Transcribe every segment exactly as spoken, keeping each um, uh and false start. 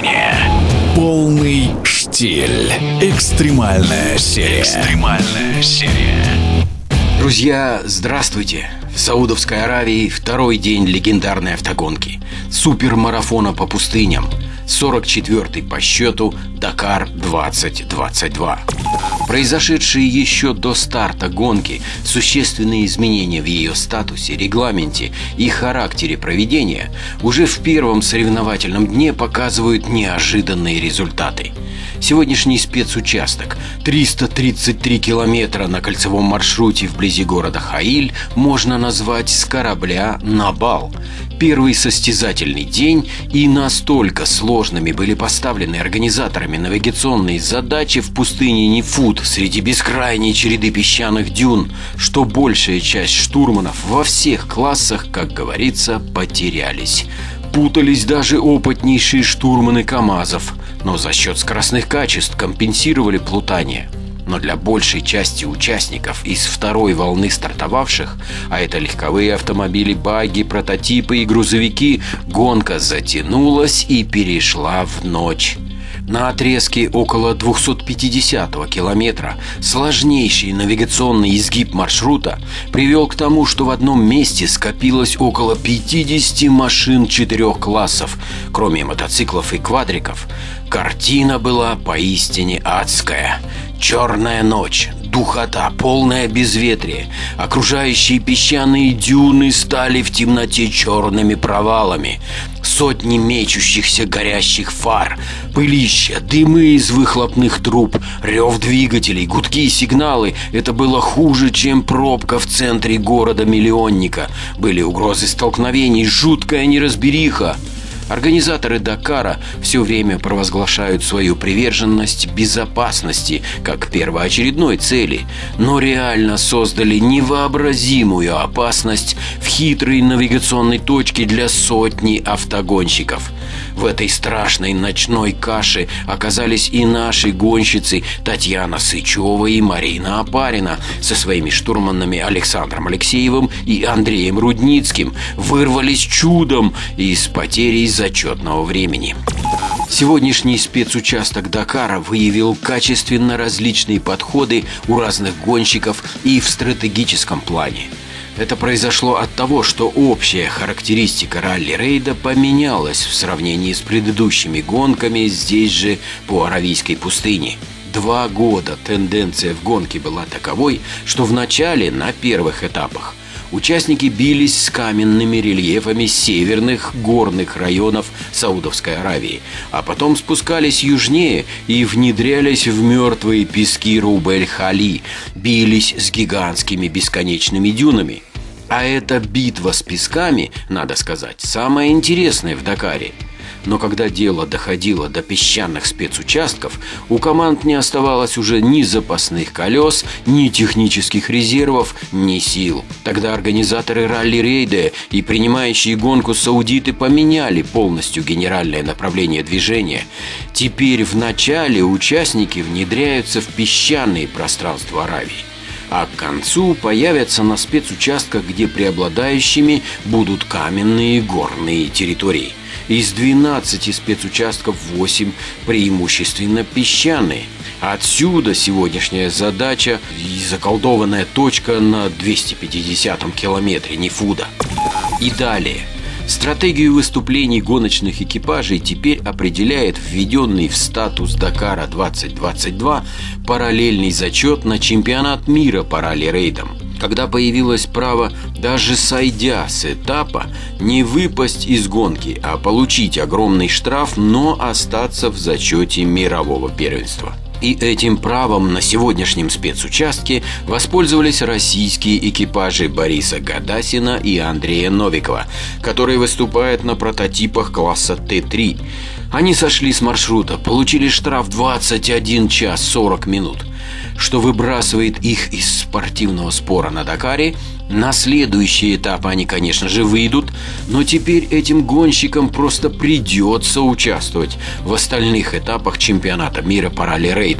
движения. Полный штиль. Экстремальная серия. Экстремальная серия. Друзья, здравствуйте! В Саудовской Аравии второй день легендарной автогонки, супермарафона по пустыням, сорок четвёртый по счету Дакар двадцать двадцать два. Произошедшие еще до старта гонки существенные изменения в ее статусе, регламенте и характере проведения уже в первом соревновательном дне показывают неожиданные результаты. Сегодняшний спецучасток триста тридцать три километра на кольцевом маршруте вблизи города Хаиль можно назвать с корабля на бал. Первый состязательный день, и настолько сложными были поставлены организаторами навигационные задачи в пустыне Нефуд среди бескрайней череды песчаных дюн, что большая часть штурманов во всех классах, как говорится, потерялись. Путались даже опытнейшие штурманы КАМАЗов, но за счет скоростных качеств компенсировали плутание. Но для большей части участников из второй волны стартовавших, а это легковые автомобили, багги, прототипы и грузовики, гонка затянулась и перешла в ночь. На отрезке около двухсот пятидесятого километра сложнейший навигационный изгиб маршрута привел к тому, что в одном месте скопилось около пятидесяти машин четырех классов, кроме мотоциклов и квадриков. Картина была поистине адская. Черная ночь, духота, полное безветрие. Окружающие песчаные дюны стали в темноте черными провалами. Сотни мечущихся горящих фар, пылища, дымы из выхлопных труб, рев двигателей, гудки и сигналы. Это было хуже, чем пробка в центре города-миллионника. Были угрозы столкновений, жуткая неразбериха. Организаторы Дакара все время провозглашают свою приверженность безопасности как первоочередной цели, но реально создали невообразимую опасность в хитрой навигационной точке для сотни автогонщиков. В этой страшной ночной каше оказались и наши гонщицы Татьяна Сычева и Марина Опарина со своими штурманами Александром Алексеевым и Андреем Рудницким. Вырвались чудом из потери зачетного времени. Сегодняшний спецучасток Дакара выявил качественно различные подходы у разных гонщиков и в стратегическом плане. Это произошло от того, что общая характеристика ралли-рейда поменялась в сравнении с предыдущими гонками здесь же по Аравийской пустыне. Два года тенденция в гонке была таковой, что в начале, на первых этапах, участники бились с каменными рельефами северных горных районов Саудовской Аравии, а потом спускались южнее и внедрялись в мертвые пески Руб-эль-Хали, бились с гигантскими бесконечными дюнами. А эта битва с песками, надо сказать, самая интересная в Дакаре. Но когда дело доходило до песчаных спецучастков, у команд не оставалось уже ни запасных колес, ни технических резервов, ни сил. Тогда организаторы ралли-рейда и принимающие гонку саудиты поменяли полностью генеральное направление движения. Теперь в начале участники внедряются в песчаные пространства Аравии, а к концу появятся на спецучастках, где преобладающими будут каменные горные территории. Из двенадцати спецучастков восемь преимущественно песчаные. Отсюда сегодняшняя задача и заколдованная точка на двухстах пятидесятом километре Нефуда. И далее. Стратегию выступлений гоночных экипажей теперь определяет введенный в статус Дакара двадцать двадцать два параллельный зачет на чемпионат мира по ралли-рейдам, когда появилось право, даже сойдя с этапа, не выпасть из гонки, а получить огромный штраф, но остаться в зачете мирового первенства. И этим правом на сегодняшнем спецучастке воспользовались российские экипажи Бориса Гадасина и Андрея Новикова, которые выступают на прототипах класса Т три. Они сошли с маршрута, получили штраф двадцать один час сорок минут, что выбрасывает их из спортивного спора на Дакаре. На следующий этап они, конечно же, выйдут, но теперь этим гонщикам просто придется участвовать в остальных этапах чемпионата мира по ралли-рейдам.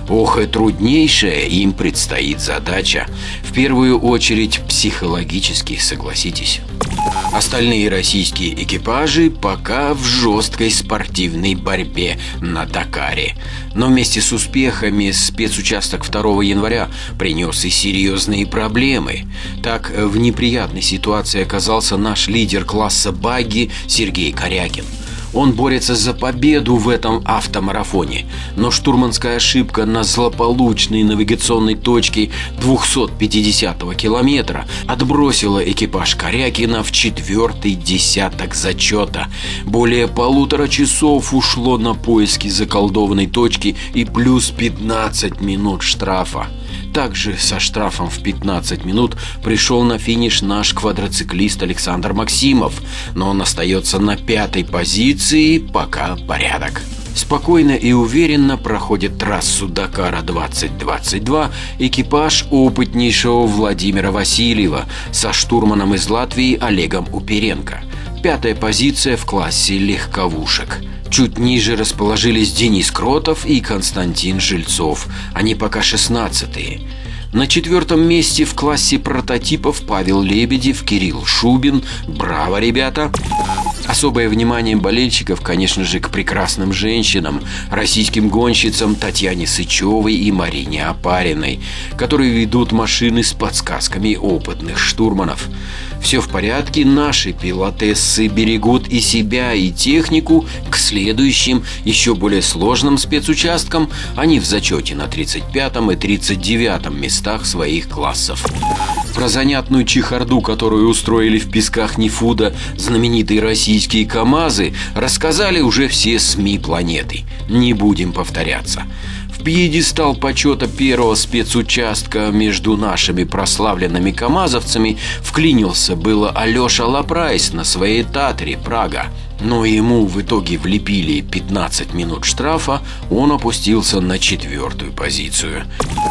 Ох, и труднейшая им предстоит задача. В первую очередь психологически, согласитесь. Остальные российские экипажи пока в жесткой спортивной борьбе на Дакаре. Но вместе с успехами спецучасток второго января принес и серьезные проблемы. Так, в неприятной ситуации оказался наш лидер класса багги Сергей Корякин. Он борется за победу в этом автомарафоне, но штурманская ошибка на злополучной навигационной точке двухсот пятидесятого километра отбросила экипаж Корякина в четвертый десяток зачета. Более полутора часов ушло на поиски заколдованной точки и плюс пятнадцать минут штрафа. Также со штрафом в пятнадцать минут пришел на финиш наш квадроциклист Александр Максимов, но он остается на пятой позиции, пока порядок. Спокойно и уверенно проходит трассу Дакара двадцать двадцать два экипаж опытнейшего Владимира Васильева со штурманом из Латвии Олегом Уперенко. Пятая позиция в классе легковушек. Чуть ниже расположились Денис Кротов и Константин Жильцов. Они пока шестнадцатые. На четвертом месте в классе прототипов Павел Лебедев, Кирилл Шубин. Браво, ребята! Особое внимание болельщиков, конечно же, к прекрасным женщинам, российским гонщицам Татьяне Сычевой и Марине Опариной, которые ведут машины с подсказками опытных штурманов. Все в порядке, наши пилотессы берегут и себя, и технику к следующим, еще более сложным спецучасткам. Они в зачете на тридцать пятом и тридцать девятом местах своих классов. Про занятную чехарду, которую устроили в песках Нефуда знаменитые российские КАМАЗы, рассказали уже все СМИ планеты. Не будем повторяться. В пьедестал почета первого спецучастка между нашими прославленными камазовцами вклинился было Алеша Лапрайс на своей Татре Прага. Но ему в итоге влепили пятнадцать минут штрафа, он опустился на четвертую позицию.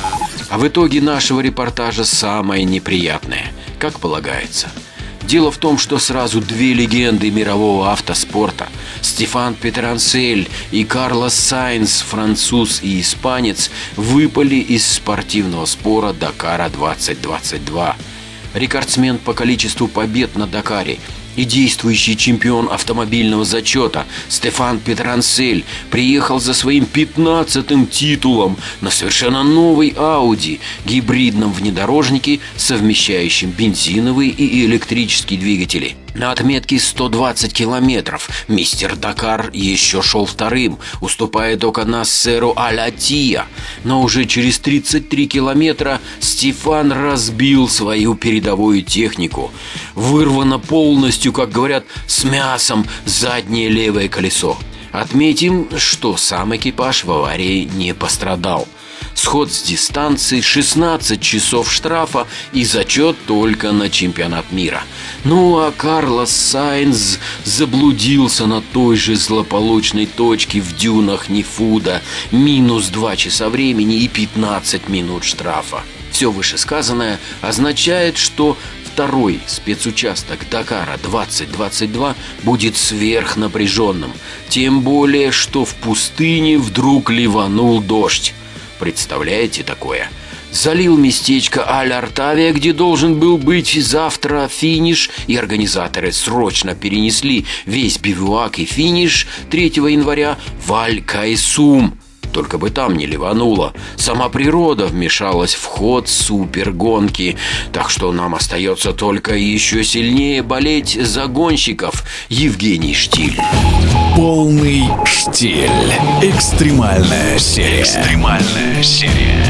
А в итоге нашего репортажа самое неприятное, как полагается. Дело в том, что сразу две легенды мирового автоспорта – Стефан Петрансель и Карлос Сайнс, француз и испанец, выпали из спортивного спора Дакара двадцать двадцать два. Рекордсмен по количеству побед на Дакаре и действующий чемпион автомобильного зачета Стефан Петрансель приехал за своим пятнадцатым титулом на совершенно новой Audi, гибридном внедорожнике, совмещающем бензиновые и электрические двигатели. На отметке сто двадцать километров мистер Дакар еще шел вторым, уступая только Нассеру Аль-Аттия. Но уже через тридцать три километра Стефан разбил свою передовую технику. Вырвано полностью, как говорят, с мясом заднее левое колесо. Отметим, что сам экипаж в аварии не пострадал. Сход с дистанции, шестнадцать часов штрафа и зачет только на чемпионат мира. Ну а Карлос Сайнз заблудился на той же злополучной точке в дюнах Нефуда. Минус два часа времени и пятнадцать минут штрафа. Все вышесказанное означает, что второй спецучасток Дакара двадцать двадцать два будет сверхнапряженным. Тем более, что в пустыне вдруг ливанул дождь. Представляете такое? Залил местечко Аль-Артавия, где должен был быть завтра финиш, и организаторы срочно перенесли весь бивуак и финиш третьего января в Аль-Кайсум. Только бы там не ливануло. Сама природа вмешалась в ход супергонки. Так что нам остается только еще сильнее болеть за гонщиков. Евгений Штиль. Полный штиль. Экстремальная серия. Экстремальная серия.